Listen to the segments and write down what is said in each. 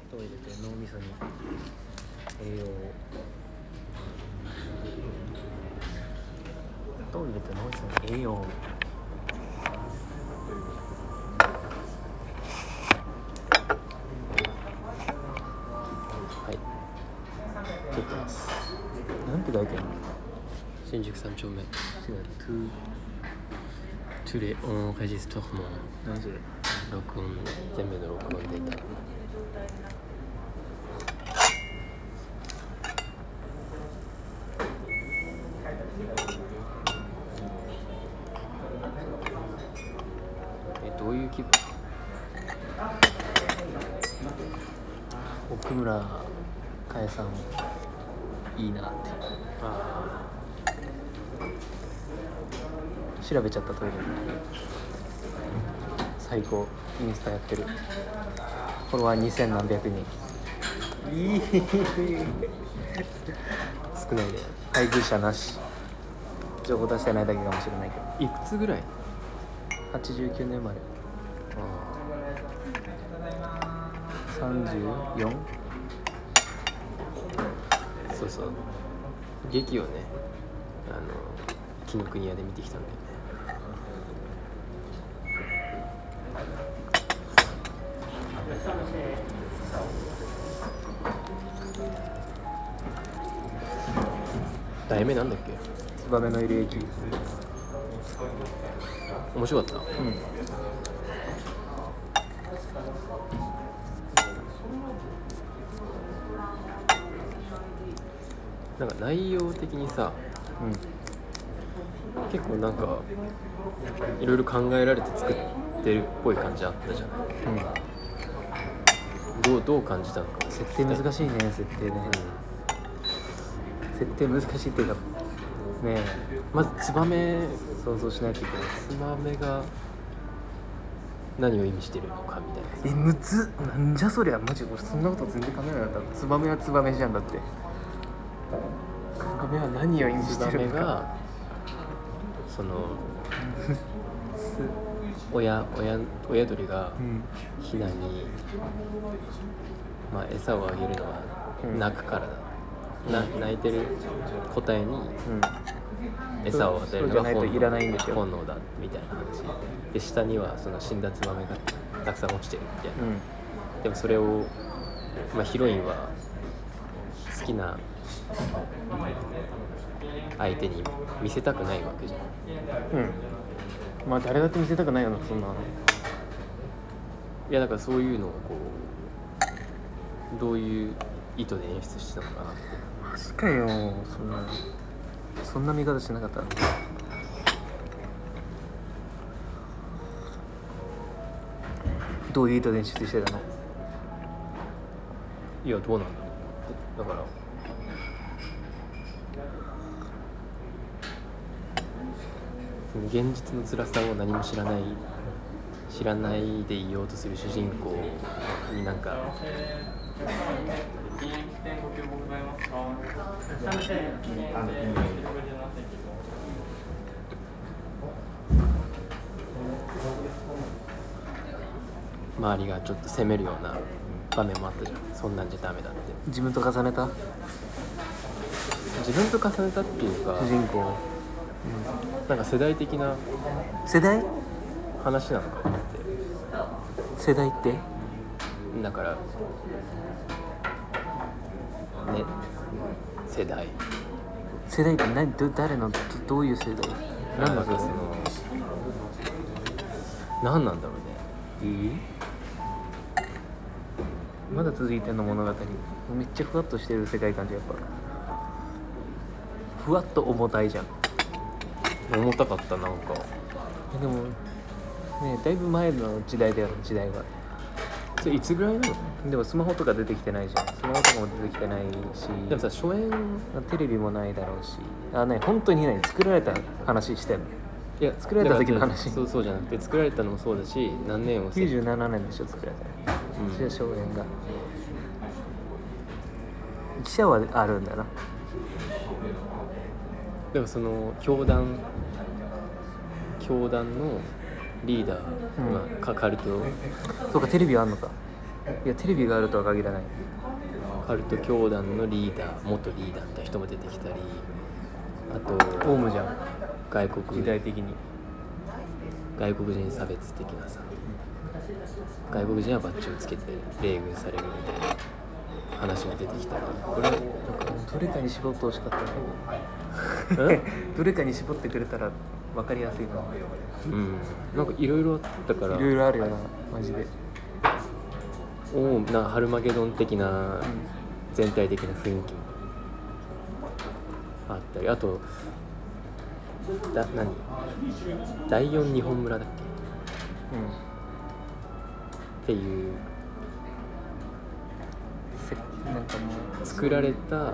糖を入れて脳みそに栄養を糖を入れて脳みそに栄養をはい撮ってます。 なんて書いてあるの？ 新宿3丁目違う、 トゥレオンレジストロモン何それ？ 録音全部の録音データ。どういう気分？ 奥村かえさんいいなってあ調べちゃったトイレで最高。インスタやってる。フォロワー2000何百人。 少ないね。 配偶者なし。情報出してないだけかもしれないけど。 いくつぐらい 89年生まれ。34？ そうそう劇をね紀ノ国屋で見てきたんだよね。題名なんだっけ？ ツバメのいる駅。 面白かった。なんか内容的にさ、結構なんかいろいろ考えられて作ってるっぽい感じあったじゃない。どう感じたのか。 設定難しいね。設定ね、設定難しいっていうかねえ、 まずツバメ想像しないといけない。 ツバメが何を意味してるのかみたいな。 むずっ、なんじゃそりゃ。マジ俺そんなこと全然考えなかった。ツバメはツバメじゃん。だってツバメは何を意味ツバしてるのか。 メがその親鳥がヒナに、餌をあげるのは泣くからだ、泣いてる個体に餌を与えるのが本能だみたいな話で、下にはその死んだツバメがたくさん落ちてるみたいな、でもそれを、ヒロインは好きな相手に見せたくないわけじゃん。 誰だって見せたくないよな、そんなの。 いやだからそういうのをこうどういう意図で演出してたのかなって。 マジかよ。そんな見方しなかった。どういう意図で演出してたの？ いやどうなんだろう。だから現実の辛さを何も知らないでいようとする主人公になんか周りがちょっと責めるような場面もあったじゃん。そんなんじゃダメだって。 自分と重ねた？ 自分と重ねたっていうか、 主人公、 なんか世代的な世代？ 話なのかなって。 世代って？ だからね、世代って誰のどういう世代？何の世代？ 何なんだろうね。 まだ続いてんの物語。めっちゃふわっとしてる世界観じゃ、やっぱふわっと重たいじゃん。 重たかった。なんかでもね、だいぶ前の時代だよ。時代はそれいつぐらいなの？ でもスマホとか出てきてないじゃん。スマホとかも出てきてないし、 でもさ、初演テレビもないだろうし、本当にね、作られた話してんの。 いや作られた時の話。 そうじゃなくて、作られたのもそうだし、何年を 97年でしょ、作られたの。初演が記者はあるんだよな。 でもその教団のリーダーがカルト、 そうか、テレビはあんのか。 いやテレビがあるとは限らない。 カルト教団のリーダー、元リーダーみたいな人も出てきたり、あとオウムじゃん、 外国時代的に。 外国人差別的なさ、外国人はバッジをつけて冷遇されるみたいな話も出てきたり、 これなんかどれかに絞ってほしかったねどれかに絞ってくれたら分かりやすいな。 なんかいろいろあったから、 いろいろあるよなマジで。 なんかハルマゲドン的な全体的な雰囲気もあったり、あと第4日本村だっけ、っていうなんかもう作られた、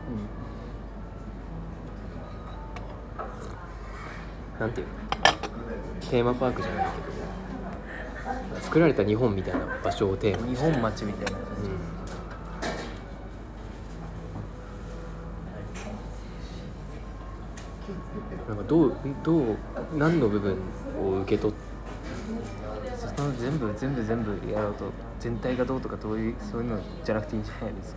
なんていうの、テーマパークじゃないけど作られた日本みたいな場所をテーマに日本町みたいな感じ。 なんか何の部分を受け取ってその全部やろうと、全体がどうとかそういうのじゃなくていいんじゃないですか。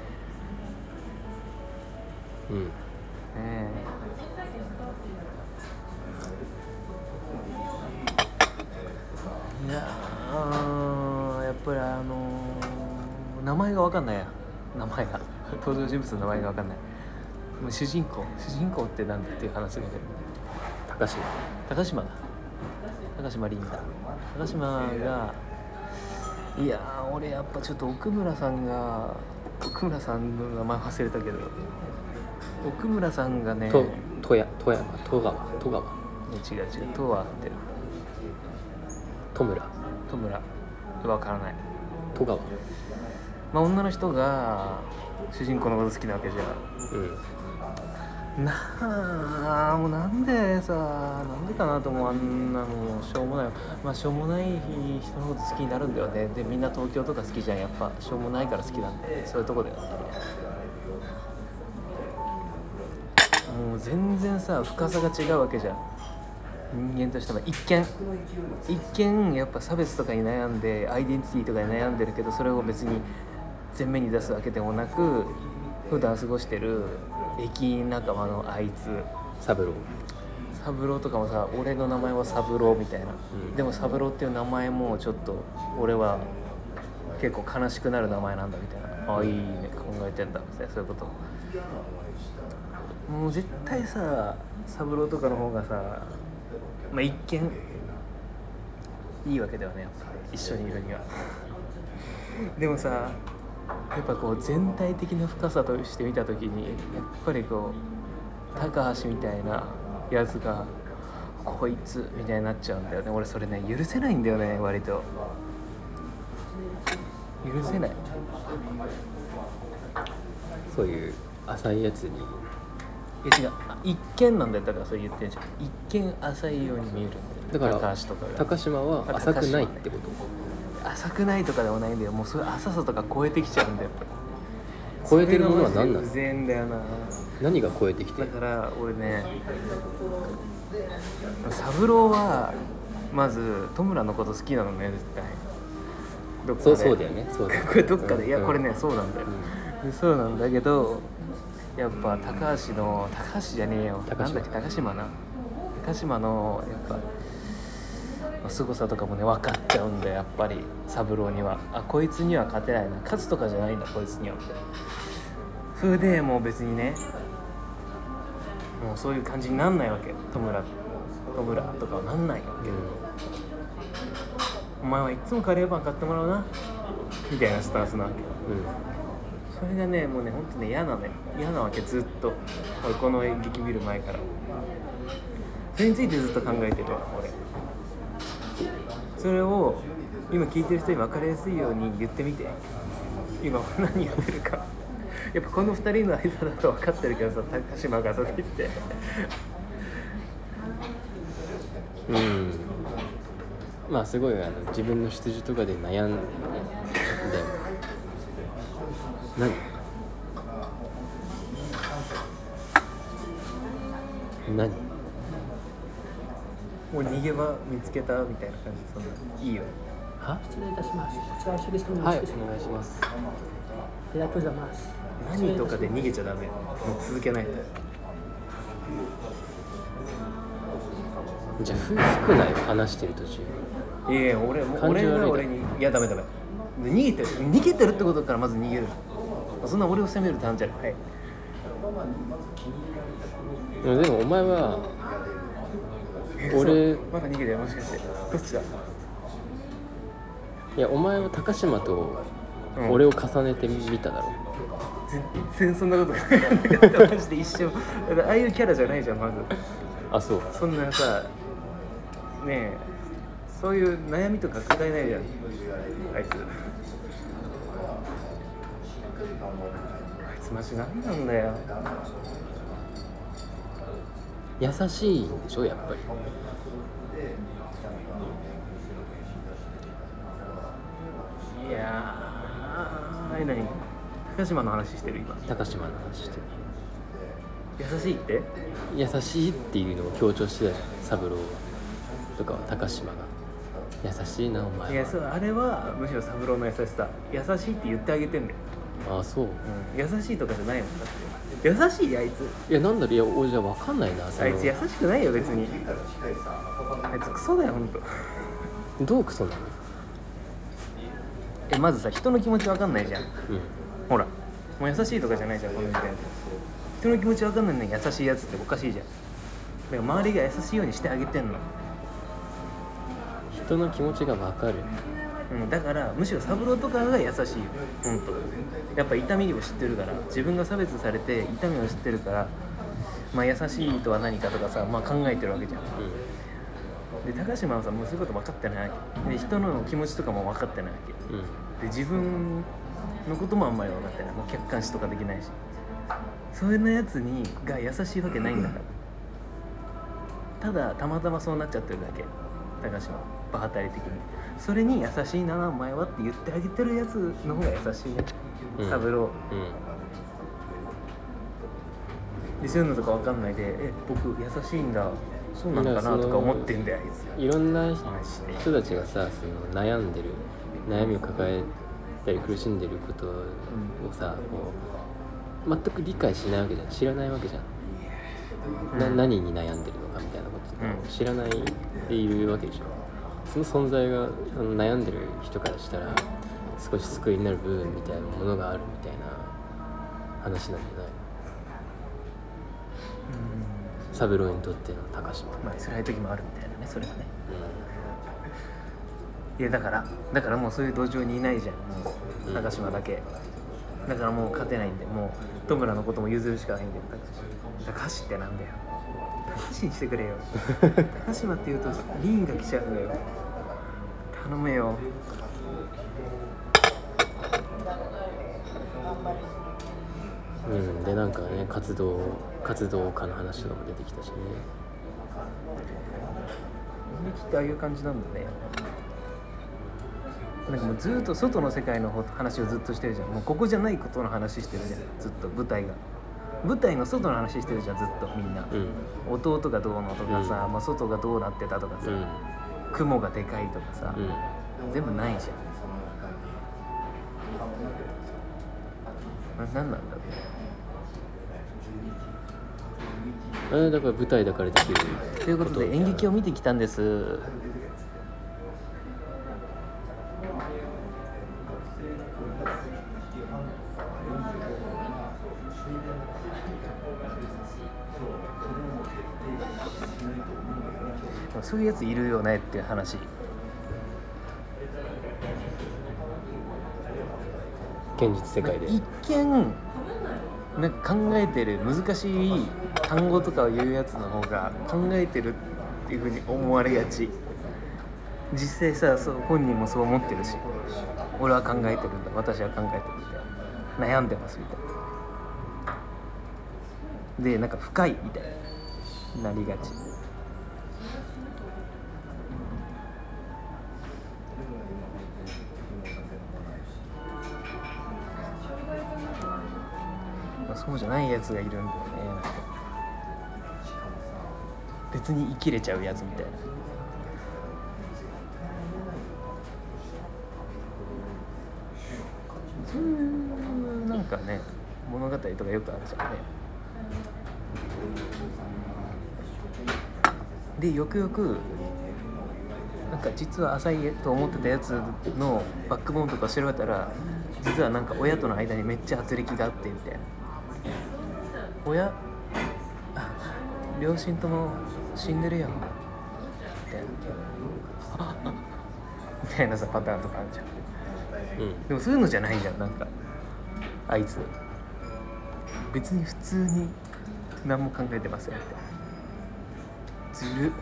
いややっぱり名前が分かんないや。名前が登場人物の名前が分かんない。もう主人公ってなんだっていう話だけど、高島凛だ。高島が、いや俺やっぱちょっと奥村さんの名前忘れたけど、奥村さんがね、 戸川違う戸は合ってる。戸村わからない。 戸川、 まあ女の人が主人公のこと好きなわけじゃん。もうなんでかなと思う。あんなのしょうもない。まあしょうもない人のこと好きになるんだよね。でみんな東京とか好きじゃん。やっぱしょうもないから好きなんで、そういうとこだよね。もう全然さ深さが違うわけじゃん。人間としては一見やっぱ差別とかに悩んでアイデンティティとかに悩んでるけど、それを別に前面に出すわけでもなく、普段過ごしてる駅仲間のあいつ三郎とかもさ、俺の名前は三郎みたいな、でも三郎っていう名前もちょっと俺は結構悲しくなる名前なんだみたいな、いいね考えてんだみたいな、そういうこと。もう絶対さ三郎とかの方がさ、まあ一見いいわけだよね、やっぱ一緒にいるにはでもさやっぱこう全体的な深さとして見た時に、やっぱりこう高橋みたいなやつがこいつみたいになっちゃうんだよね。俺それね許せないんだよね、割と許せない。 そういう浅いやつに、 いや違う、一見なんだよ。だからそう言ってんじゃん。一見浅いように見えるんだよ。 だから高橋とかが高島は浅くないってこと。 浅くないとかでもないんだよ。もうそういう浅さとか超えてきちゃうんだよ。 超えてるものは何なの？ うぜえんだよな。 何が超えてきてる？ だから俺ね、三郎はまず戸村のこと好きなのね、絶対。どっかでそうだよね。そうだよね。 これどっかで、いやこれねそうなんだよ。そうなんだけど、やっぱ高橋じゃねえよ。なんだっけ、高島のやっぱ凄さとかもね分かっちゃうんだよ、やっぱり三郎には。こいつには勝てないな、勝つとかじゃないんだこいつには。風でもう別にね、もうそういう感じになんないわけ。戸村とかはなんないわけ、お前はいつもカレーパン買ってもらうなみたいなスタンスなわけ。それがねもうねほんとね嫌なわけ、ずっと。俺この演劇見る前からそれについてずっと考えてるわ俺。それを今聞いてる人に分かりやすいように言ってみて、今何やってるかやっぱこの2人の間だと分かってるけどさ、高島がそれ言ってまあすごい自分の出自とかで悩んで何もう逃げ場見つけたみたいな感じ。そんないいよ。 は失礼いたします。こちら処理するのはい、 少しお願いします。 ありがとうございます。 何とかで逃げちゃダメ。もう続けないと。 じゃあ服内を話してる途中。 いやいや、俺感じ悪いが俺に、いやダメ。逃げてるってことからまず逃げる。そんな俺を責めるターンじゃない。はい。 でもお前は俺まだ逃げてる、もしかして。どっちだ。 いやお前は高島と俺を重ねてみただろ、 全然そんなこと考えなかったマジで一生。だからああいうキャラじゃないじゃんまず。 あ、そう。 そんなさねえ、そういう悩みとか抱えないじゃんあいつ。あいつマジ何なんだよ。 優しいでしょやっぱり。 いやー、何高島の話してる今。 高島の話してる。 優しいって？ 優しいっていうのを強調してたじゃん、三郎とかは高島が優しいなお前は。 いや、そう、あれはむしろ三郎の優しさ。優しいって言ってあげてんだよ。 ああ、そう。 優しいとかじゃないもんだって。優しいあいつ。 いや、なんだろう、いや俺じゃ分かんないな。 あいつ優しくないよ別に。あいつクソだよほんと。 どうクソなの？ まずさ、人の気持ち分かんないじゃん。 うん。 ほら、もう優しいとかじゃないじゃんこの時点で。人の気持ち分かんないのに優しいやつっておかしいじゃん。だから周りが優しいようにしてあげてんの。 人の気持ちが分かる。 だからむしろ三郎とかが優しいよほんと。やっぱ痛みを知ってるから、自分が差別されて痛みを知ってるから、まあ優しいとは何かとかさ、まあ考えてるわけじゃん。で高島はさ、もうそういうこと分かってないわけで、人の気持ちとかも分かってないわけで、自分のこともあんまり分かってない。もう客観視とかできないし、そういうやつが優しいわけないんだから。ただたまたまそうなっちゃってるだけ。高島場当たり的にそれに優しいなお前はって言ってあげてるやつの方が優しいね、三郎。でそういうのとか分かんないで、僕優しいんだ、そうなのかなとか思ってんだよあいつ。 いろんな人たちがさ、その悩んでる、悩みを抱えたり苦しんでることをさ、こう全く理解しないわけじゃん。知らないわけじゃん。何に悩んでるのかみたいなこととか知らないでいるわけでしょ。その存在が悩んでる人からしたら少し救いになる部分みたいなものがあるみたいな話なんじゃないの？三郎にとっての高島。 まあ辛い時もあるみたいなね、それはね。いやだからもうそういう土壌にいないじゃん、もう高島だけ。だからもう勝てないんで、もう戸村のことも譲るしかないんだよ。高橋ってなんだよ、高橋にしてくれよ高島って言うとリンが来ちゃうんだよ、頼むよ。 でなんかね、活動家の話とかも出てきたしね。 みきってああいう感じなんだね。なんかもうずっと外の世界の話をずっとしてるじゃん。もうここじゃないことの話してるじゃん、ずっと。舞台の外の話してるじゃんずっとみんな、弟がどうのとかさ、まあ、外がどうなってたとかさ、雲がでかいとかさ、全部ないじゃん。何なんだろう。 だから舞台だからできるということで演劇を見てきたんです。そういうやついるよねっていう話。 現実世界で一見なんか考えてる難しい単語とかを言うやつの方が考えてるっていう風に思われがち。実際さ、そう本人もそう思ってるし、俺は考えてるんだ、私は考えてるみたいな、悩んでますみたいなで、なんか深いみたいななりがち。そうじゃないやつがいるんだよね。なんか別に生きれちゃうやつみたいな。 かね物語とかよくあるじゃんね。でよくよくなんか実は浅いと思ってたやつのバックボーンとか調べたら実はなんか親との間にめっちゃ圧力があってみたいな。両親とも死んでるよみたいなさパターンとかあるじゃん、でもそういうのじゃないじゃん。なんかあいつ別に普通に何も考えてませんみたいな。ずるっ。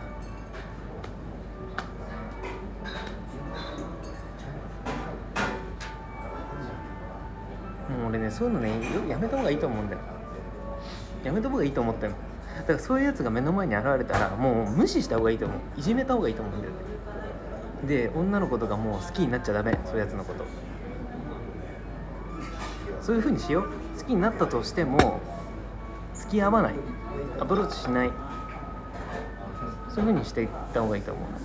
もう俺ねそういうのねやめた方がいいと思うんだよ。やめた方がいいと思ってんの。だからそういうやつが目の前に現れたらもう無視した方がいいと思う。いじめた方がいいと思うんだよね。で女の子とかもう好きになっちゃダメ。そういうやつのことそういう風にしよう。好きになったとしても付き合わない、アプローチしない、そういう風にしていった方がいいと思う。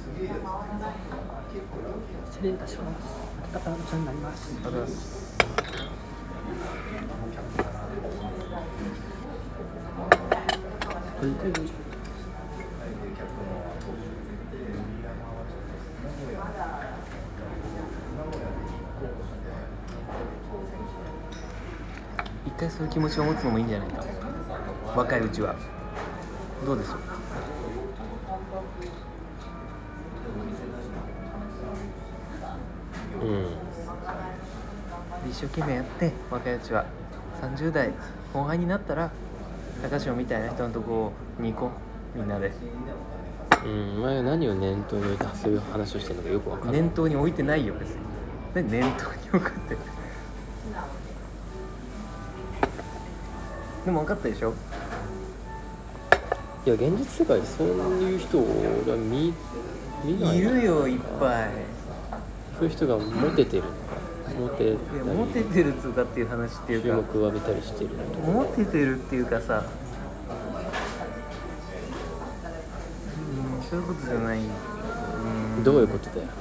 失礼いたします。温かなお茶になります。 ありがとうございます。一回そういう気持ちを持つのもいいんじゃないか。若いうちはどうでしょう。一生懸命やって若いうちは30代後半になったら高島みたいな人のとこに行こうみんなで。 お前は何を念頭に置いてそういう話をしてるのかよく分かんない。 念頭に置いてないよ別に。念頭に置くってでも分かったでしょ。 いや現実世界でそういう人を俺は見ない。 いるよいっぱい。 そういう人がモテてるのかモテてるとかっていう話っていうか注目を浴びたりしてるのかモテてるっていうかさ、そういうことじゃない。 どういうことだよ。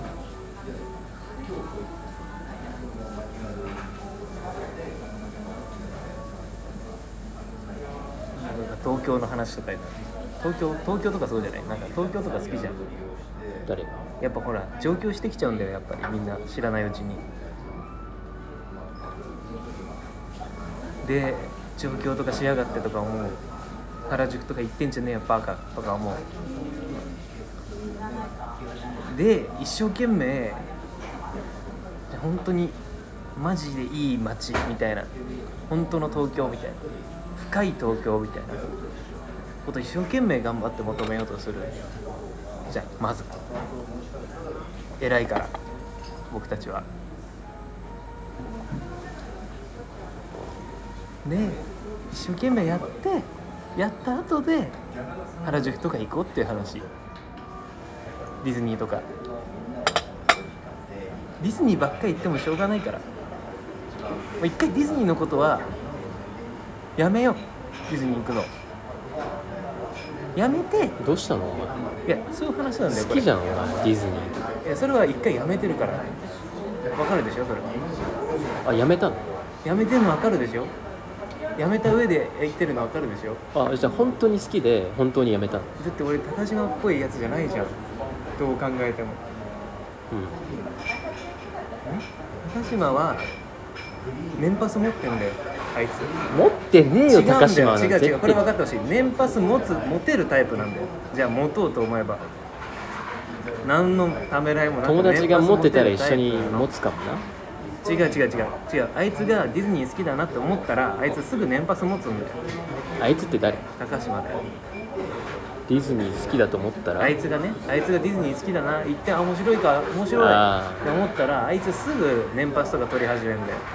東京の話とかになる。東京とかそうじゃない。なんか東京とか好きじゃん。 誰がやっぱほら上京してきちゃうんだよやっぱりみんな知らないうちに。で上京とかしやがってとか思う。原宿とか行ってんじゃねえよバカとか思う。で一生懸命本当にマジでいい街みたいな、本当の東京みたいな、深い東京みたいなこと一生懸命頑張って求めようとするじゃん。まず偉いから僕たちはね。一生懸命やった後で原宿とか行こうっていう話。ディズニーとかディズニーばっかり行ってもしょうがないから、一回ディズニーのことはやめよう。ディズニー行くのやめて。 どうしたのお前。 いやそういう話なんだよ。 好きじゃんお前ディズニー。 いやそれは一回やめてるからわかるでしょ。それあやめたの。 やめてるのわかるでしょ。やめた上で言ってるのわかるでしょ。 あじゃあ本当に好きで本当にやめたの。 だって俺高島っぽいやつじゃないじゃんどう考えても。高島は年パス持ってんだよあいつ。 持ってねえよ高島は。 違うこれ分かってほしい。年パス持てるタイプなんだよ。じゃあ持とうと思えば何のためらいもなく友達が持ってたら一緒に持つかもな。 違うあいつがディズニー好きだなって思ったらあいつすぐ年パス持つんだよ。 あいつって誰。 高島だよ。 ディズニー好きだと思ったらあいつがディズニー好きだな言って面白いって思ったらあいつすぐ年パスとか取り始めるんだよ。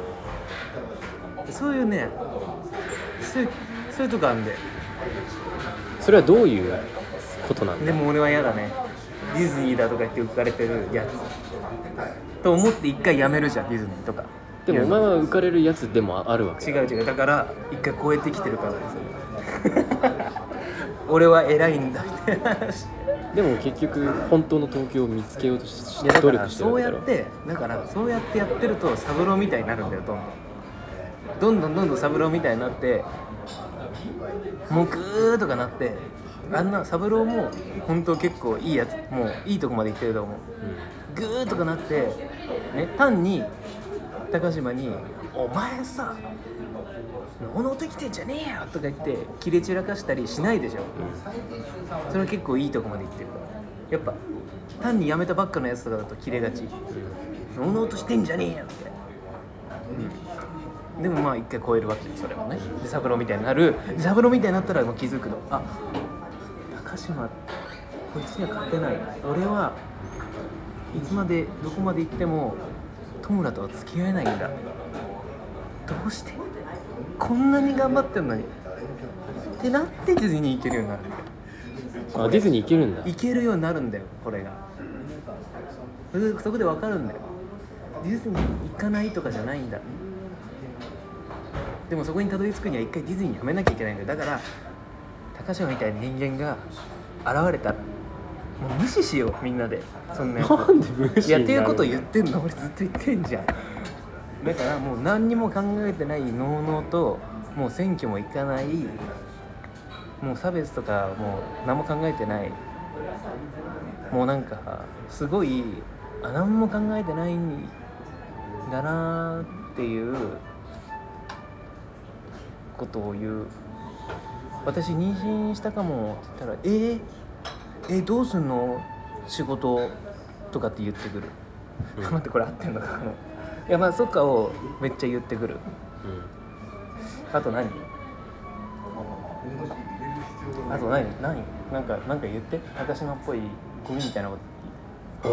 そういうねそういうとこあるんで。 それはどういうことなんだ。 でも俺は嫌だね。ディズニーだとか言って浮かれてるやつと思って一回やめるじゃんディズニーとか。 でもお前は浮かれるやつでもあるわけ。 違うだから一回超えてきてるからですよ俺は偉いんだみたいなでも結局本当の東京を見つけようとして努力してるわけだろ。 だからそうやってやってるとサブローみたいになるんだよどんどん。 どんどん三郎みたいになってもうグーとかなって、あんな三郎も本当結構いいやつ、もういいとこまで行ってると思う、グーとかなって、ね、単に高島にお前さのうのうと生きてんじゃねえよとか言ってキレ散らかしたりしないでしょ。それは結構いいとこまで行ってるから。やっぱ単にやめたばっかのやつとかだとキレがち、のうのうとしてんじゃねえよって、でもまあ一回超えるわけです、それはね。で三郎みたいになる、三郎みたいになったらもう気づくの、あ、高島こいつには勝てない、俺はいつまでどこまで行っても戸村とは付き合えないんだ、どうしてこんなに頑張ってんのにってなってディズニー行けるようになるんだよ。 あ、ディズニー行けるんだ。 行けるようになるんだよ、これが。そこで分かるんだよ、ディズニー行かないとかじゃないんだ。でもそこにたどり着くには一回ディズニーやめなきゃいけないんだよ。だから高島みたいな人間が現れたらもう無視しよう、みんなで。そんなやつなんで無視になるの？ いやっていうことを言ってんの、俺ずっと言ってんじゃん。だからもう何にも考えてないのうのうと、もう選挙も行かない、もう差別とかもう何も考えてない、もうなんかすごい何も考えてないんだなっていうことを言う。私妊娠したかもって言ったらどうすんの仕事とかって言ってくる、待ってこれ合ってんのかいやまあそっかをめっちゃ言ってくる、あと何なんか言って、高島っぽいゴミみたいなこと。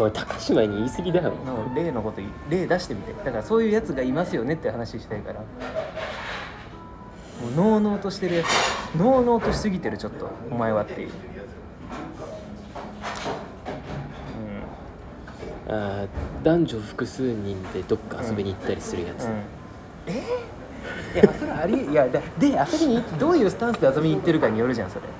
おい、高島に言い過ぎだよ。 の例のこと例出してみて。だからそういうやつがいますよねって話したいから。もうのうのうとしてるやつ、のうのうとしすぎてる、ちょっとお前はっていう、 男女複数人でどっか遊びに行ったりするやつ、 いやそれあり、いやで遊びにどういうスタンスで遊びに行ってるかによるじゃん、そ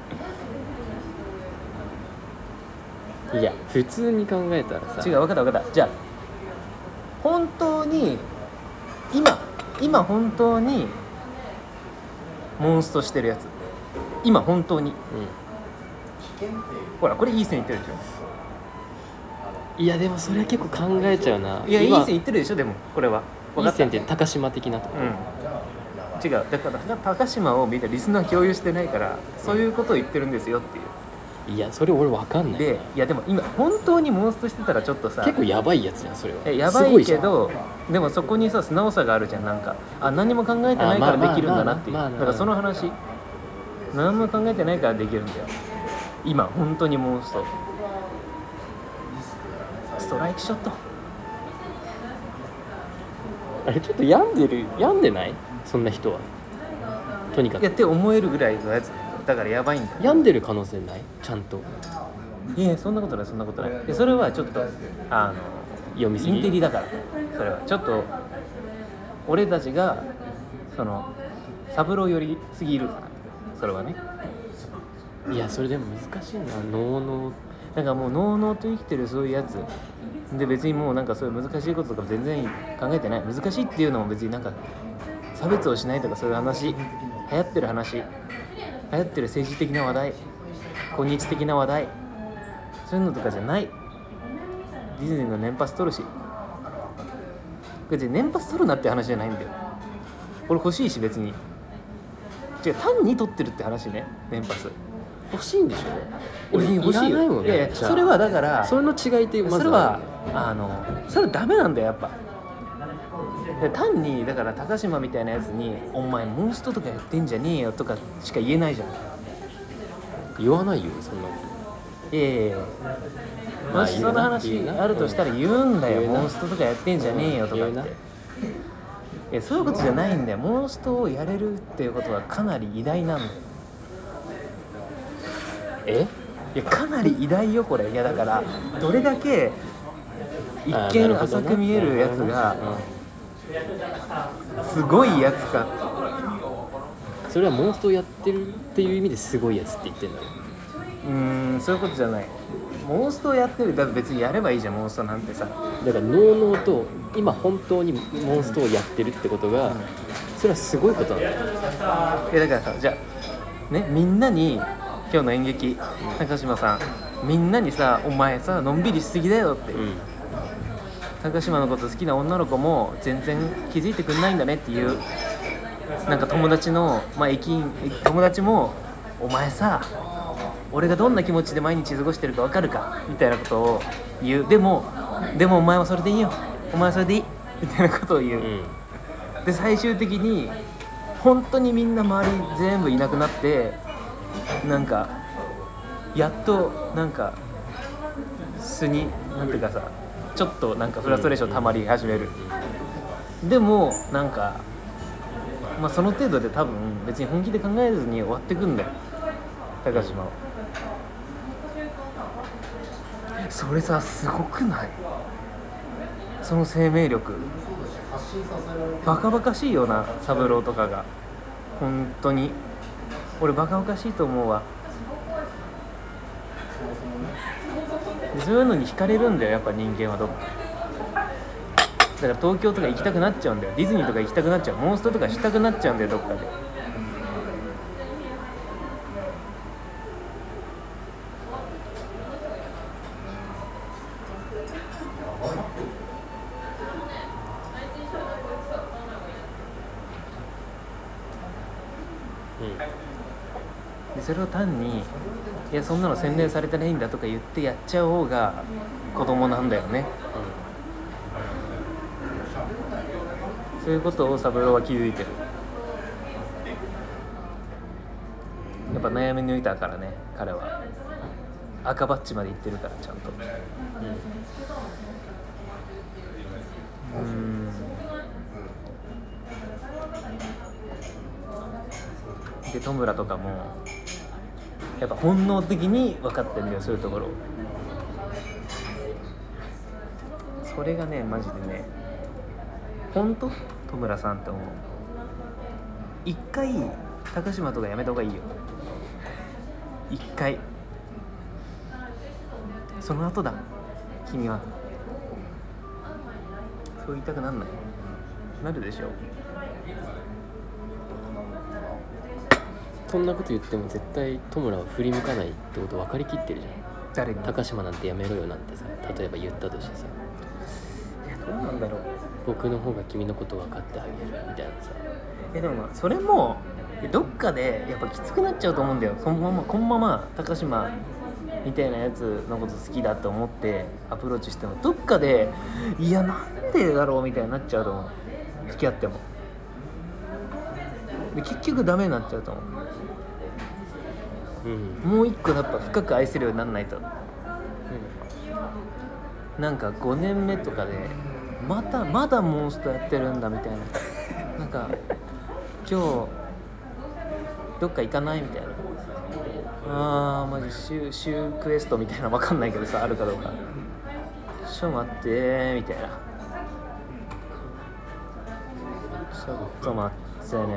れ。 いや普通に考えたらさ、 違う、分かったじゃあ本当に今本当にモンストしてるやつ、今本当に、ほらこれいい線いってるでしょ。 いやでもそれは結構考えちゃうな。 いやいい線いってるでしょ。でもこれはいい線って高島的なところ、 違う、だから高島をみんなリスナー共有してないから、そういうことを言ってるんですよっていう。 いやそれ俺分かんない。 でいやでも今本当にモンストしてたらちょっとさ、 結構やばいやつじゃんそれは。 やばいけど、でもそこにさ素直さがあるじゃん。なんか何も考えてないからできるんだなっていう。だからその話、何も考えてないからできるんだよ今本当にモンスト。ストライクショット、 あれちょっと病んでないそんな人は。とにかくやって思えるぐらいのやつだからやばいんだよ。 病んでる可能性ない？ちゃんと。 いやそんなことない。でそれはちょっと読みすぎインテリだから。それはちょっと俺たちがその三郎寄りすぎる、それはね。 いやそれでも難しいな。のうのうなんかもうのうのうと生きてるそういうやつで、別にもうなんかそういう難しいこととか全然考えてない。難しいっていうのも別になんか差別をしないとかそういう話、流行ってる話、流行ってる政治的な話題、今日的な話題、そういうのとかじゃない。ディズニーの年パス取るし、別に年パス取るなって話じゃないんだよ。俺欲しいし別に。違う、単に取ってるって話ね。年パス欲しいんでしょ。 別に欲しいよ。 いらないもんね。 いやそれはだからそれの違いってまずそれはそれはダメなんだよやっぱ。で単にだから高島みたいなやつにお前モンストとかやってんじゃねえよとかしか言えないじゃん。 言わないよそんな。 いやもしその話あるとしたら言うんだよ。モンストとかやってんじゃねえよとかって。そういうことじゃないんだよ。モンストをやれるっていうことはかなり偉大なんだよ。いやかなり偉大よこれ。いやだからどれだけ一見浅く見えるやつがすごいやつか。 それはモンストをやってるっていう意味ですごいやつって言ってんだよ。 そういうことじゃない。モンストをやってる。だって別にやればいいじゃんモンストなんてさ。 だからノーノーと今本当にモンストをやってるってことがそれはすごいことなんだよ。 だからさ、じゃあね、みんなに今日の演劇、高島さんみんなにさ、お前さのんびりしすぎだよって、高島のこと好きな女の子も全然気づいてくんないんだねっていう、なんか友達の、友達もお前さ、俺がどんな気持ちで毎日過ごしてるか分かるかみたいなことを言う。でもお前はそれでいいよ、お前はそれでいいみたいなことを言う、で最終的に本当にみんな周り全部いなくなって、なんかやっとなんかなんていうかさ、ちょっとなんかフラストレーション溜まり始める。でもなんかその程度で多分別に本気で考えずに終わってくんだよ、高島は。それさ、すごくない？その生命力、バカバカしいよな、三郎とかが。本当に俺バカバカしいと思うわ。でそういうのに惹かれるんだよ、やっぱ人間はどっか。だから東京とか行きたくなっちゃうんだよ、ディズニーとか行きたくなっちゃう、モンストとかしたくなっちゃうんだよ、どっかで。でそれを単にいやそんなの洗練されてないんだとか言ってやっちゃう方が子供なんだよね、そういうことを三郎は気づいてる。やっぱ悩み抜いたからね、彼は。赤バッジまで行ってるから、ちゃんと。で戸村とかもやっぱ本能的に分かってるんだよ、そういうところ。それがね、マジでね、本当戸村さんって思う。一回高島とかやめた方がいいよ、一回。その後だ、君は。そう言いたくなんない？なるでしょ。 そんなこと言っても絶対戸村は振り向かないってこと分かりきってるじゃん。 誰に？ 高島なんてやめろよなんてさ、例えば言ったとしてさ、 いやどうなんだろう、 僕の方が君のこと分かってあげるみたいなさ。 でもそれもどっかでやっぱきつくなっちゃうと思うんだよ。このまま高島みたいなやつのこと好きだと思ってアプローチしても、どっかでいやなんでだろうみたいになっちゃうと思う、付き合っても。で結局ダメになっちゃうと思う、もう一個やっぱ深く愛せるようにならないと、なんか5年目とかでまだモンストやってるんだみたいな、なんか今日どっか行かないみたいな、マジ週クエストみたいな分かんないけどさ、あるかどうか、ちょっと待ってみたいな、ちょっと待ってね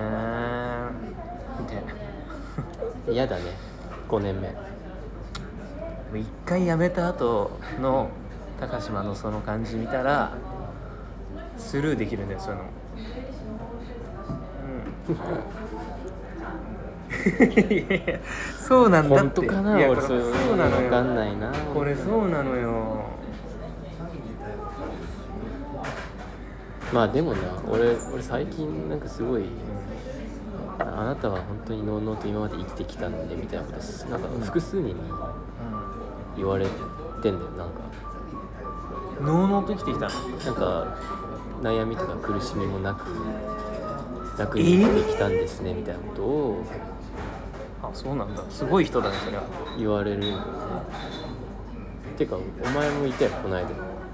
みたいな。 嫌だね、5年目。 一回辞めた後の高島のその感じ見たらスルーできるんだよ、そういうのも。いやいやそうなんだって。 本当かな、 いや俺そうなのよ、 分かんないな、 これそうなのよ。 まあでもな、俺最近なんかすごい、あなたは本当にのうのうと今まで生きてきたんでみたいなことですなんか複数人に言われてんだよ。なんかのうのうと生きてきたの？ なんか悩みとか苦しみもなく楽に生きてきたんですねみたいなことを、 あ、そうなんだ、すごい人だねそれは。 言われるんだよね。てかお前もいたよ、この間。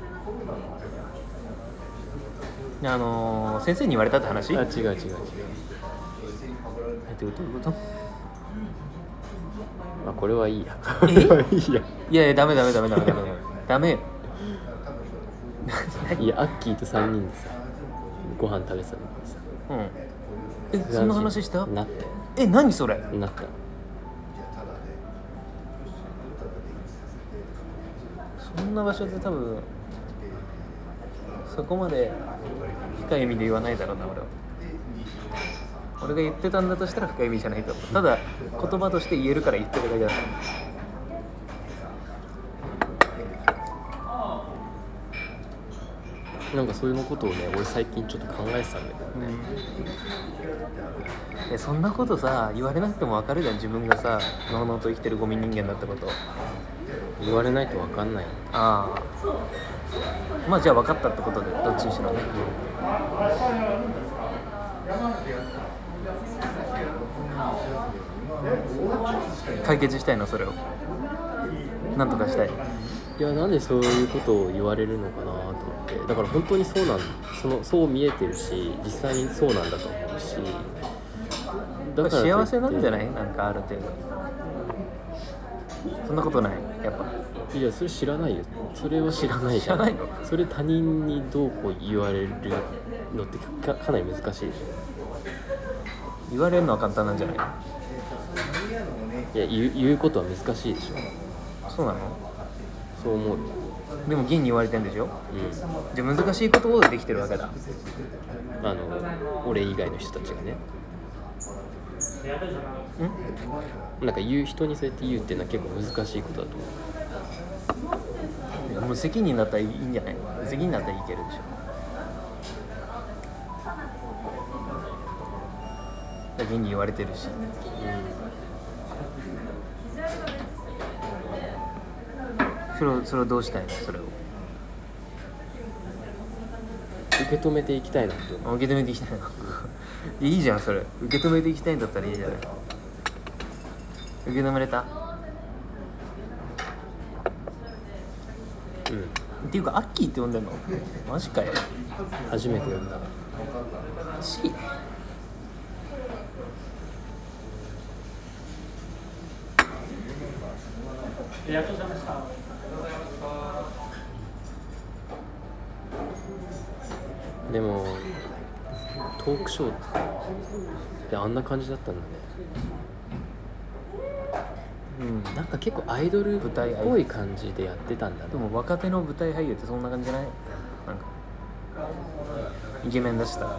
先生に言われたって話？ あ、違うどういうこと？ まあこれはいいや。 いやいやダメよいや、アッキーと3人でさご飯食べてたんだけどさ、 そんな話した？ なって。 何それ？ なった。 そんな場所で多分そこまで深い意味で言わないだろうな、俺は。 俺が言ってたんだとしたら深い意味じゃないと思う。ただ言葉として言えるから言ってるだけだから。 なんかそういうことをね俺最近ちょっと考えてたんだけどね、 そんなことさ言われなくても分かるじゃん。自分がさのうのうと生きてるゴミ人間だってこと言われないと分かんない。 ああ、まあじゃあ分かったってことでどっちにしろね。解決したいのそれをなんとかしたい。 いやなんでそういうことを言われるのかなと思って。だから本当にそう見えてるし実際にそうなんだと思うし、 だから幸せなんじゃない？なんかある程度。そんなことないやっぱ。 いやそれ知らないよ。それは知らないじゃん。 知らないの？ それ他人にどうこう言われるのってかなり難しいでしょ。 言われるのは簡単なんじゃない？ いや言うことは難しいでしょ。 そうなの？ そう思う。 でも現に言われてんでしょ。じゃあ難しいことをできてるわけだ。 俺以外の人たちがね。なんか人にそうやって言うっていうのは結構難しいことだと思う。 無責任だったらいいんじゃない？無責任だったらいけるでしょ。現に言われてるし、それをどうしたいの？それを受け止めていきたいなって思う。 受け止めていきたいのいいじゃん。それ受け止めていきたいんだったらいいじゃない。受け止めれた？っていうかアッキーって呼んでんの？マジかよ。 初めて呼んだ。 ありがとうございました。 でもトークショーってあんな感じだったんだね。なんか結構アイドルっぽい感じでやってたんだね。 でも若手の舞台俳優ってそんな感じじゃない？なんかイケメンだした。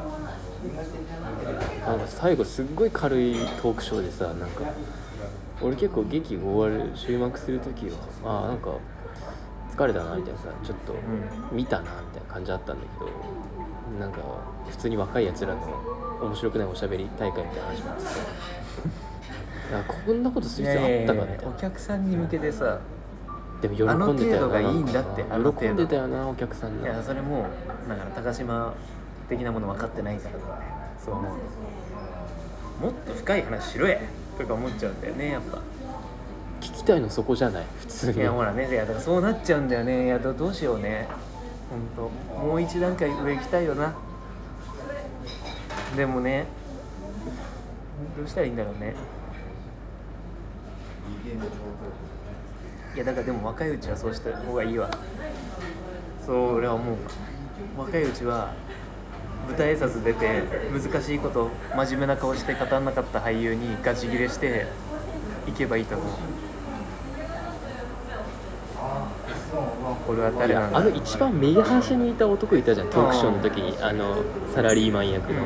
なんか最後すっごい軽いトークショーでさ、なんか俺結構劇が終わる終幕する時はなんか疲れたなみたいなさ、ちょっと見たなみたいな感じあったんだけど、なんか普通に若いやつらの面白くないおしゃべり大会みたいな話もあってさこんなことする必要あったかみたいな。 お客さんに向けてさ、 でも喜んでたよな。 あの程度がいいんだって。 喜んでたよなお客さんに。 いやそれもだから高島的なもの分かってないからそう思う。もっと深い話しろやとか思っちゃうんだよね。やっぱ聞きたいのそこじゃない普通に。 いやほらね、いやだからそうなっちゃうんだよね。いやどうしようね。本当もう一段階上行きたいよな。でもねどうしたらいいんだろうね。いやだからでも若いうちはそうした方がいいわ。そう俺は思う。若いうちは舞台挨拶出て難しいこと真面目な顔して語らなかった俳優にガチギレしていけばいいと思う。これは誰なんだろう。 一番右端にいた男いたじゃん、トークショーの時にサラリーマン役の、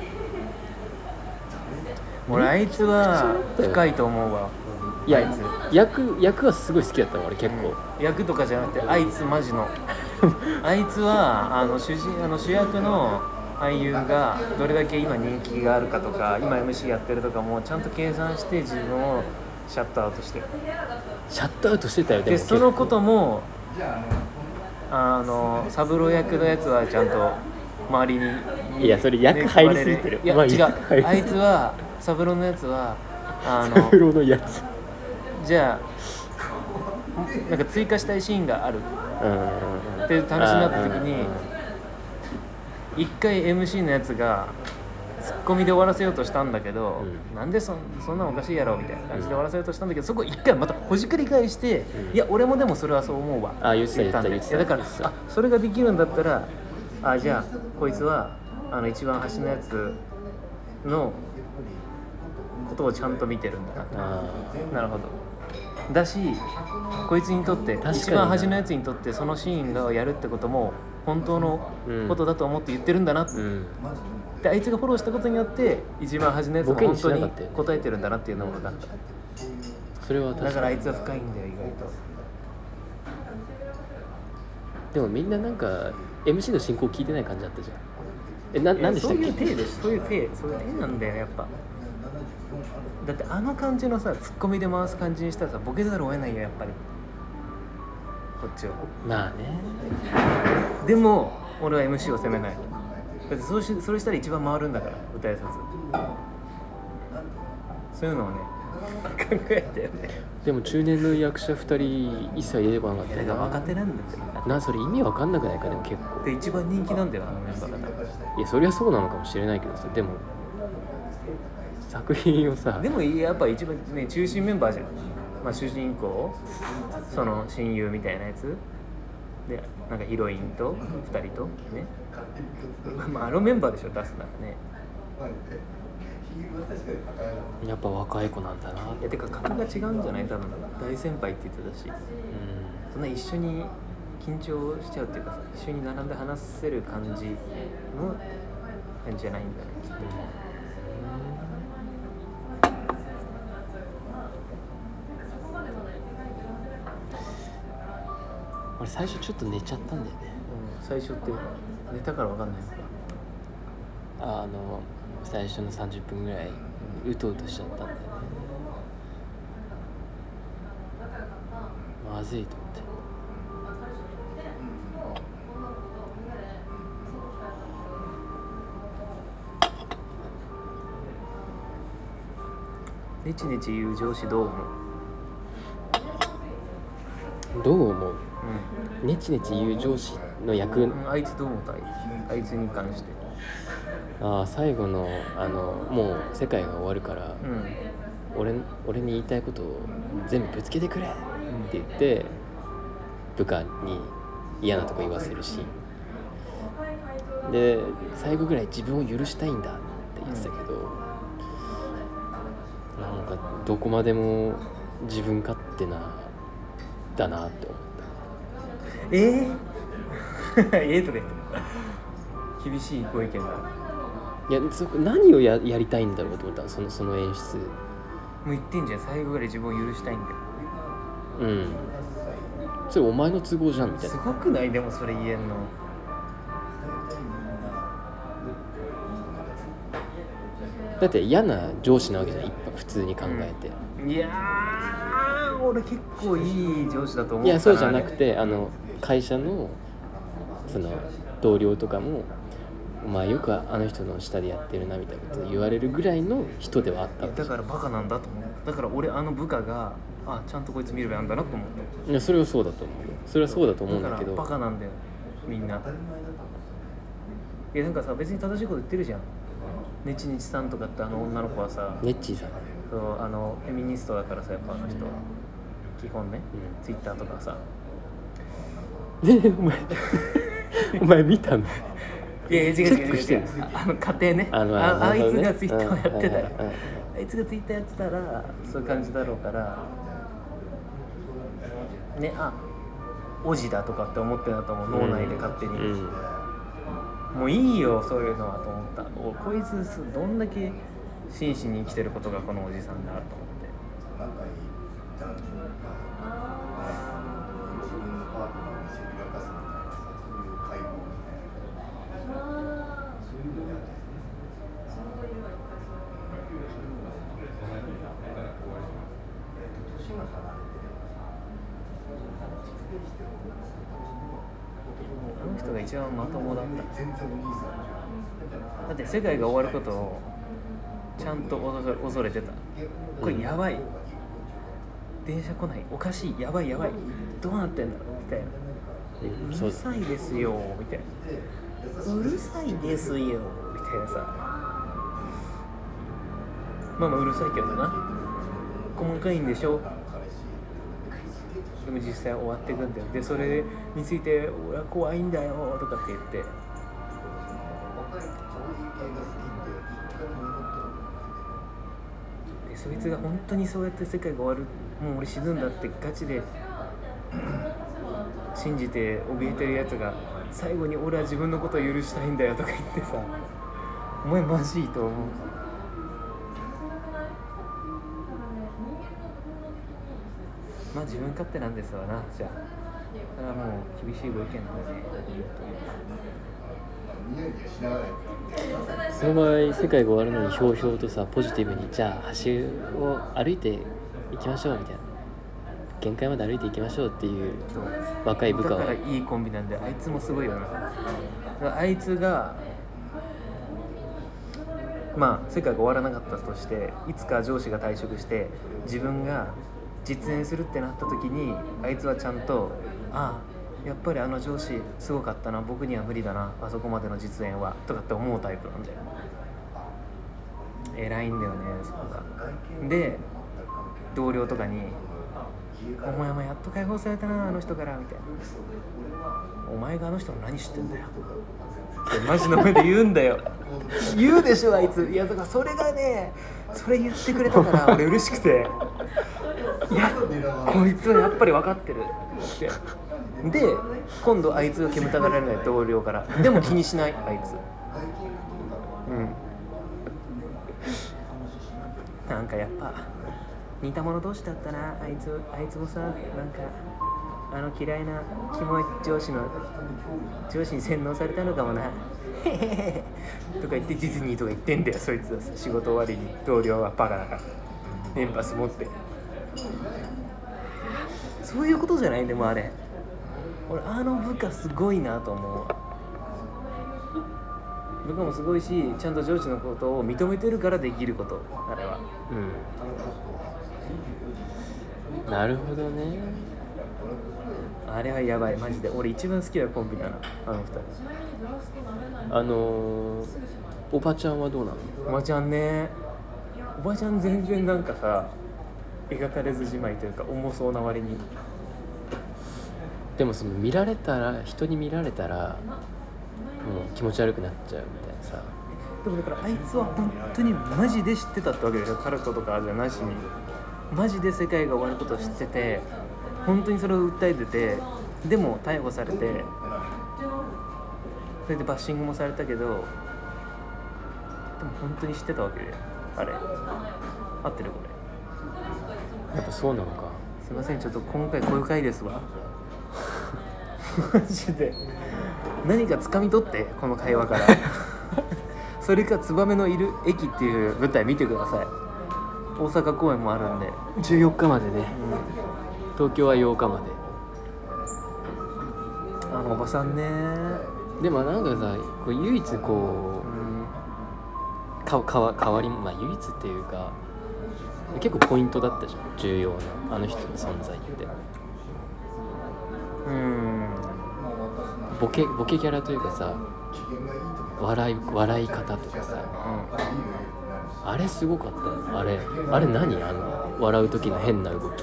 俺あいつは深いと思うわ。 いや役はすごい好きだったの俺結構、 役とかじゃなくてあいつマジのあいつは主役の俳優がどれだけ今人気があるかとか今 MC やってるとかもちゃんと計算して自分をシャットアウトしてる。 シャットアウトしてたよ。 でそのことも三郎役のやつはちゃんと周りにいやそれ役入りすぎてる。 いや違う、あいつは三郎のやつは三郎のやつじゃあなんか追加したいシーンがあるっていう話になった時に一回 MC のやつがツッコミで終わらせようとしたんだけど、なんでそんなおかしいやろみたいな感じで終わらせようとしたんだけど、そこ一回またほじくり返して、いや俺もでもそれはそう思うわ言ったんで、 だからそれができるんだったらじゃあこいつは一番端のやつのことをちゃんと見てるんだな。なるほど。 だしこいつにとってな一番端のやつにとってそのシーンがやるってことも本当のことだと思って言ってるんだなって、であいつがフォローしたことによって一番端のやつが本当に答えてるんだなっていうのが分かった。 それは確かに。 だからあいつは深いんだよ意外と。 でもみんななんか MC の進行聞いてない感じだったじゃん。なんでしたっけ？ そういう体なんだよやっぱ。だってあの感じのさツッコミで回す感じにしたらさボケざるを得ないよやっぱりこっちを。 まあね。 でも俺は MC を責めない。だってそれしたら一番回るんだから歌いさつ。そういうのをね考えたよね。 でも中年の役者2人一切出てこなかったよな。 若手なんだってそれ意味わかんなくないか。でも結構で一番人気なんだよあのメンバーが。 いやそりゃそうなのかもしれないけどさ、でも作品をさ、 でもやっぱ一番ね中心メンバーじゃん。まあ主人公その親友みたいなやつでなんかヒロインと2人とねまああのメンバーでしょ出すならね。 やっぱ若い子なんだな。 いやてか格が違うんじゃない多分。大先輩って言ってたし、そんな一緒に緊張しちゃうっていうかさ一緒に並んで話せる感じの感じじゃないんだねきっと。 俺最初ちょっと寝ちゃったんだよね。 最初って寝たから分かんないのか。 最初の30分ぐらいうとうとしちゃったんだよね。まずいと思って。 ネチネチ言う上司どう思う？ どう思う？ネチネチ言う上司の役、 あいつどう思った？あいつに関して。 最後のもう世界が終わるから、俺に言いたいことを全部ぶつけてくれって言って、部下に嫌なとこ言わせるし、で最後ぐらい自分を許したいんだって言ってたけど、なんかどこまでも自分勝手だなって思った。 とか言って厳しいご意見が。 いや何をやりたいんだろうと思った。その演出もう言ってんじゃん最後ぐらい自分を許したいんだよ。 それお前の都合じゃんみたいな。 すごくない？でもそれ言えんの。 だって嫌な上司なわけじゃん普通に考えて。 いやー俺結構いい上司だと思う。 いやそうじゃなくて会社のその同僚とかもお前よくあの人の下でやってるなみたいなこと言われるぐらいの人ではあった。 だからバカなんだと思う。だから俺部下がちゃんとこいつ見るべきなんだなと思った。 いやそれはそうだと思うよ。それはそうだと思うんだけど。 だからバカなんだよみんな。いやなんかさ別に正しいこと言ってるじゃん。ネチネチさんとかって女の子はさ、 ネッチーさんそうフェミニストだからさやっぱあの人は基本ね、ツイッターとかさお前見たの？ いや違う家庭ねあいつがツイッターをやってたらあいつがツイッターやってたらそういう感じだろうからね。おじだとかって思ってたと思う、脳内で勝手に、もういいよそういうのはと思った。こいつどんだけ真摯に生きてることがこのおじさんだと思って。あの人が一番まともだった。だって世界が終わることをちゃんと恐れてた。これやばい、電車来ない、おかしい、やばいどうなってんだろうみたいな。うるさいですよみたいな、うるさいですよみたいなさ。まあうるさいけどな、細かいんでしょ。でも実際終わっていくんだよ。でそれについて俺は怖いんだよとかって言って、でそいつが本当にそうやって世界が終わる、もう俺死ぬんだってガチで信じて怯えてるやつが最後に俺は自分のことを許したいんだよとか言ってさ、お前マジいいと思う。まあ自分勝手なんですわな。じゃあそれはもう厳しいご意見だよね。 その場合世界が終わるのにひょうひょうとさ、ポジティブにじゃあ橋を歩いていきましょうみたいな、限界まで歩いていきましょうっていう若い部下はだからいいコンビなんで、あいつもすごいよな。あいつがまあ世界が終わらなかったとして、いつか上司が退職して自分が実演するってなった時に、あいつはちゃんとやっぱりあの上司すごかったな、僕には無理だな、あそこまでの実演はとかって思うタイプなんだよ。偉いんだよね、そこが。で同僚とかにお前もやっと解放されたな、あの人からみたいな。お前があの人の何知ってんだよってマジの目で言うんだよ。言うでしょあいつ。いやだからそれがね、それ言ってくれたから俺嬉しくて、いやこいつはやっぱり分かってるって。で今度あいつが煙たがられない、同僚から。でも気にしないあいつ。なんかやっぱ似た者同士だったな、あいつもさ、なんかあの嫌いなキモい上司に洗脳されたのかもなへへへとか言ってディズニーとか言ってんだよ、そいつは。仕事終わりに同僚はバカだからエンパス持って。そういうことじゃないんでもあれ、俺あの部下すごいなと思う。部下もすごいし、ちゃんと上司のことを認めてるからできること、あれは。 なるほどね。 あれはやばい、マジで。俺一番好きなコンビだな、あの二人。おばちゃんはどうなの？ おばちゃんね、おばちゃん全然なんかさ、描かれずじまいというか重そうな割に。 でもその人に見られたらもう気持ち悪くなっちゃうみたいなさ。 でもだからあいつは本当にマジで知ってたってわけでしょ、カルトとかじゃなしに。マジで世界が終わることを知ってて、本当にそれを訴えてて、でも逮捕されて、それでバッシングもされたけど、でも本当に知ってたわけで、あれ合ってるこれ。 やっぱそうなのか。 すいません、ちょっと今回こういう回ですわマジで何か掴み取って、この会話からそれかツバメのいる駅っていう舞台見てください。大阪公演もあるんで。 14日までね、東京は8日まで。 あのおばさんね。 でもなんかさ、こう唯一こう、変わり、まあ唯一っていうか結構ポイントだったじゃん、重要なあの人の存在って。ボケキャラというかさ、笑い方とかさ、あれすごかったの。あれ何？笑う時の変な動き。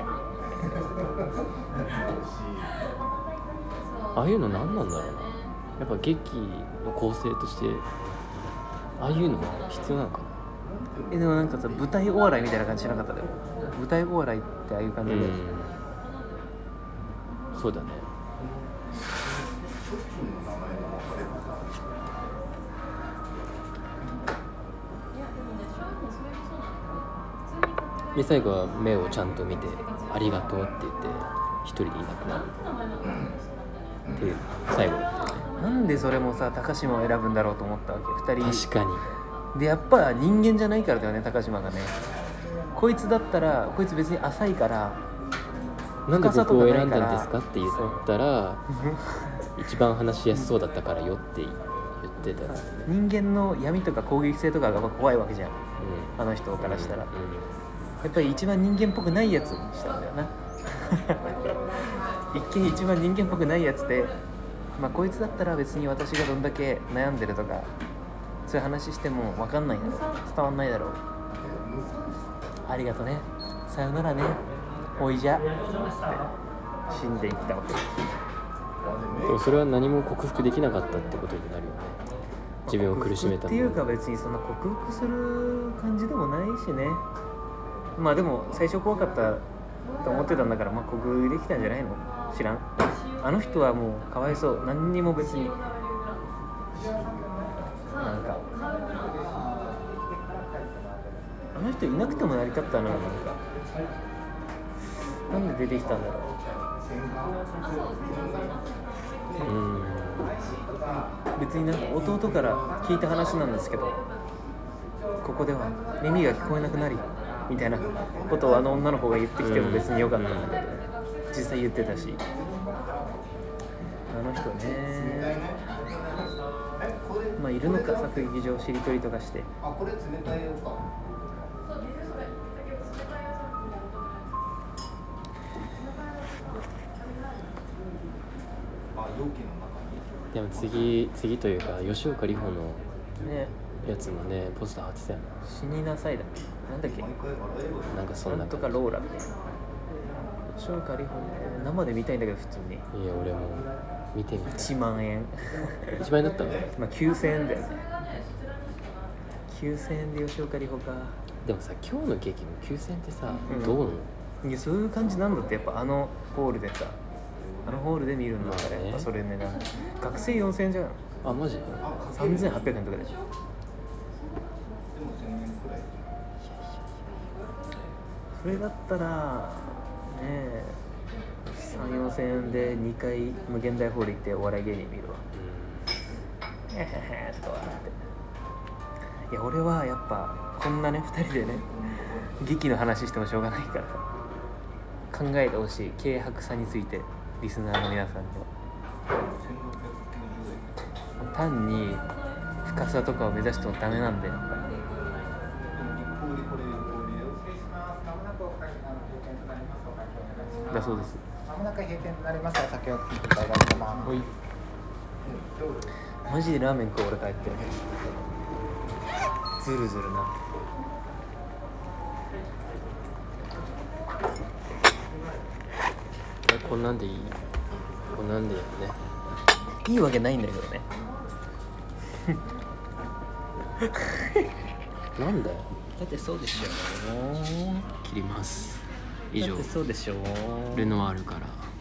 ああいうの何なんだろうな。やっぱ劇の構成としてああいうのは必要なのかな。 でもなんかさ、舞台お笑いみたいな感じしなかったでも。舞台お笑いってああいう感じで。 そうだね。で最後は目をちゃんと見てありがとうって言って一人でいなくなるっていう最後だったよね。 なんでそれもさ高島を選ぶんだろうと思ったわけ、2人。 確かに。 でやっぱ人間じゃないからだよね、高島がね。こいつだったら、こいつ別に浅いからなんで僕を選んだんですかって言ったら一番話しやすそうだったからよって言ってた、ね、 人間の闇とか攻撃性とかが怖いわけじゃん、あの人からしたら、やっぱり一番人間っぽくないやつにしたんだよな一見一番人間っぽくないやつで、まあこいつだったら別に私がどんだけ悩んでるとかそういう話しても分かんないだろう、伝わんないだろう、ありがとね、さよならね、おいじゃって死んでいったわけ。 でもそれは何も克服できなかったってことになるよね。自分を苦しめたっていうか別にそんな克服する感じでもないしね。 まあでも最初怖かったと思ってたんだから、まあ克服できたんじゃないの？知らん。あの人はもうかわいそう。何にも別になんかあの人いなくても成り立ったな。なんで出てきたんだろう。別になんか弟から聞いた話なんですけど、ここでは耳が聞こえなくなりみたいなことをあの女の子が言ってきても別に良かったんだけど、実際言ってたし、あの人ね、まあいるのか、作劇場しりとりとかして。これ冷たいよか。 でも次というか吉岡里帆のやつもね、ポスター貼ってたよな。 死になさいだっけ、なんだっけ、 なんかそんななんとかローラみたいな。吉岡里帆ね、生で見たいんだけど普通に。 いや俺も見てみたい。 1万円 1万円だったの？ まあ9000円だよね。9000円で吉岡里帆か。でもさ、今日の劇の9000円ってさ、どうなの？ いや、そういう感じなんだって。やっぱあのホールでさ、あのホールで見るんだから、 まあね、 やっぱそれね、学生4000円じゃん。 あ、マジ ？3800円とかでしょ。それだったらね、3、4000円で2回無限大ホール行ってお笑い芸人見るわ。へへへとか笑って。いや、俺はやっぱこんなね2人でね劇の話してもしょうがないからさ、考えてほしい、軽薄さについて、リスナーの皆さんには。単に深さとかを目指してもダメなんだよ。だそうです。 まもなく閉店になりますが、先ほど聞いていただいてます。 マジでラーメン食う俺帰って。ずるずるな。 こんなんでいい？こんなんでいいよね。 いいわけないんだけどね。 なんだよ。 だってそうでしょ。 切ります。以上。 だってそうでしょ。 ルノワールから。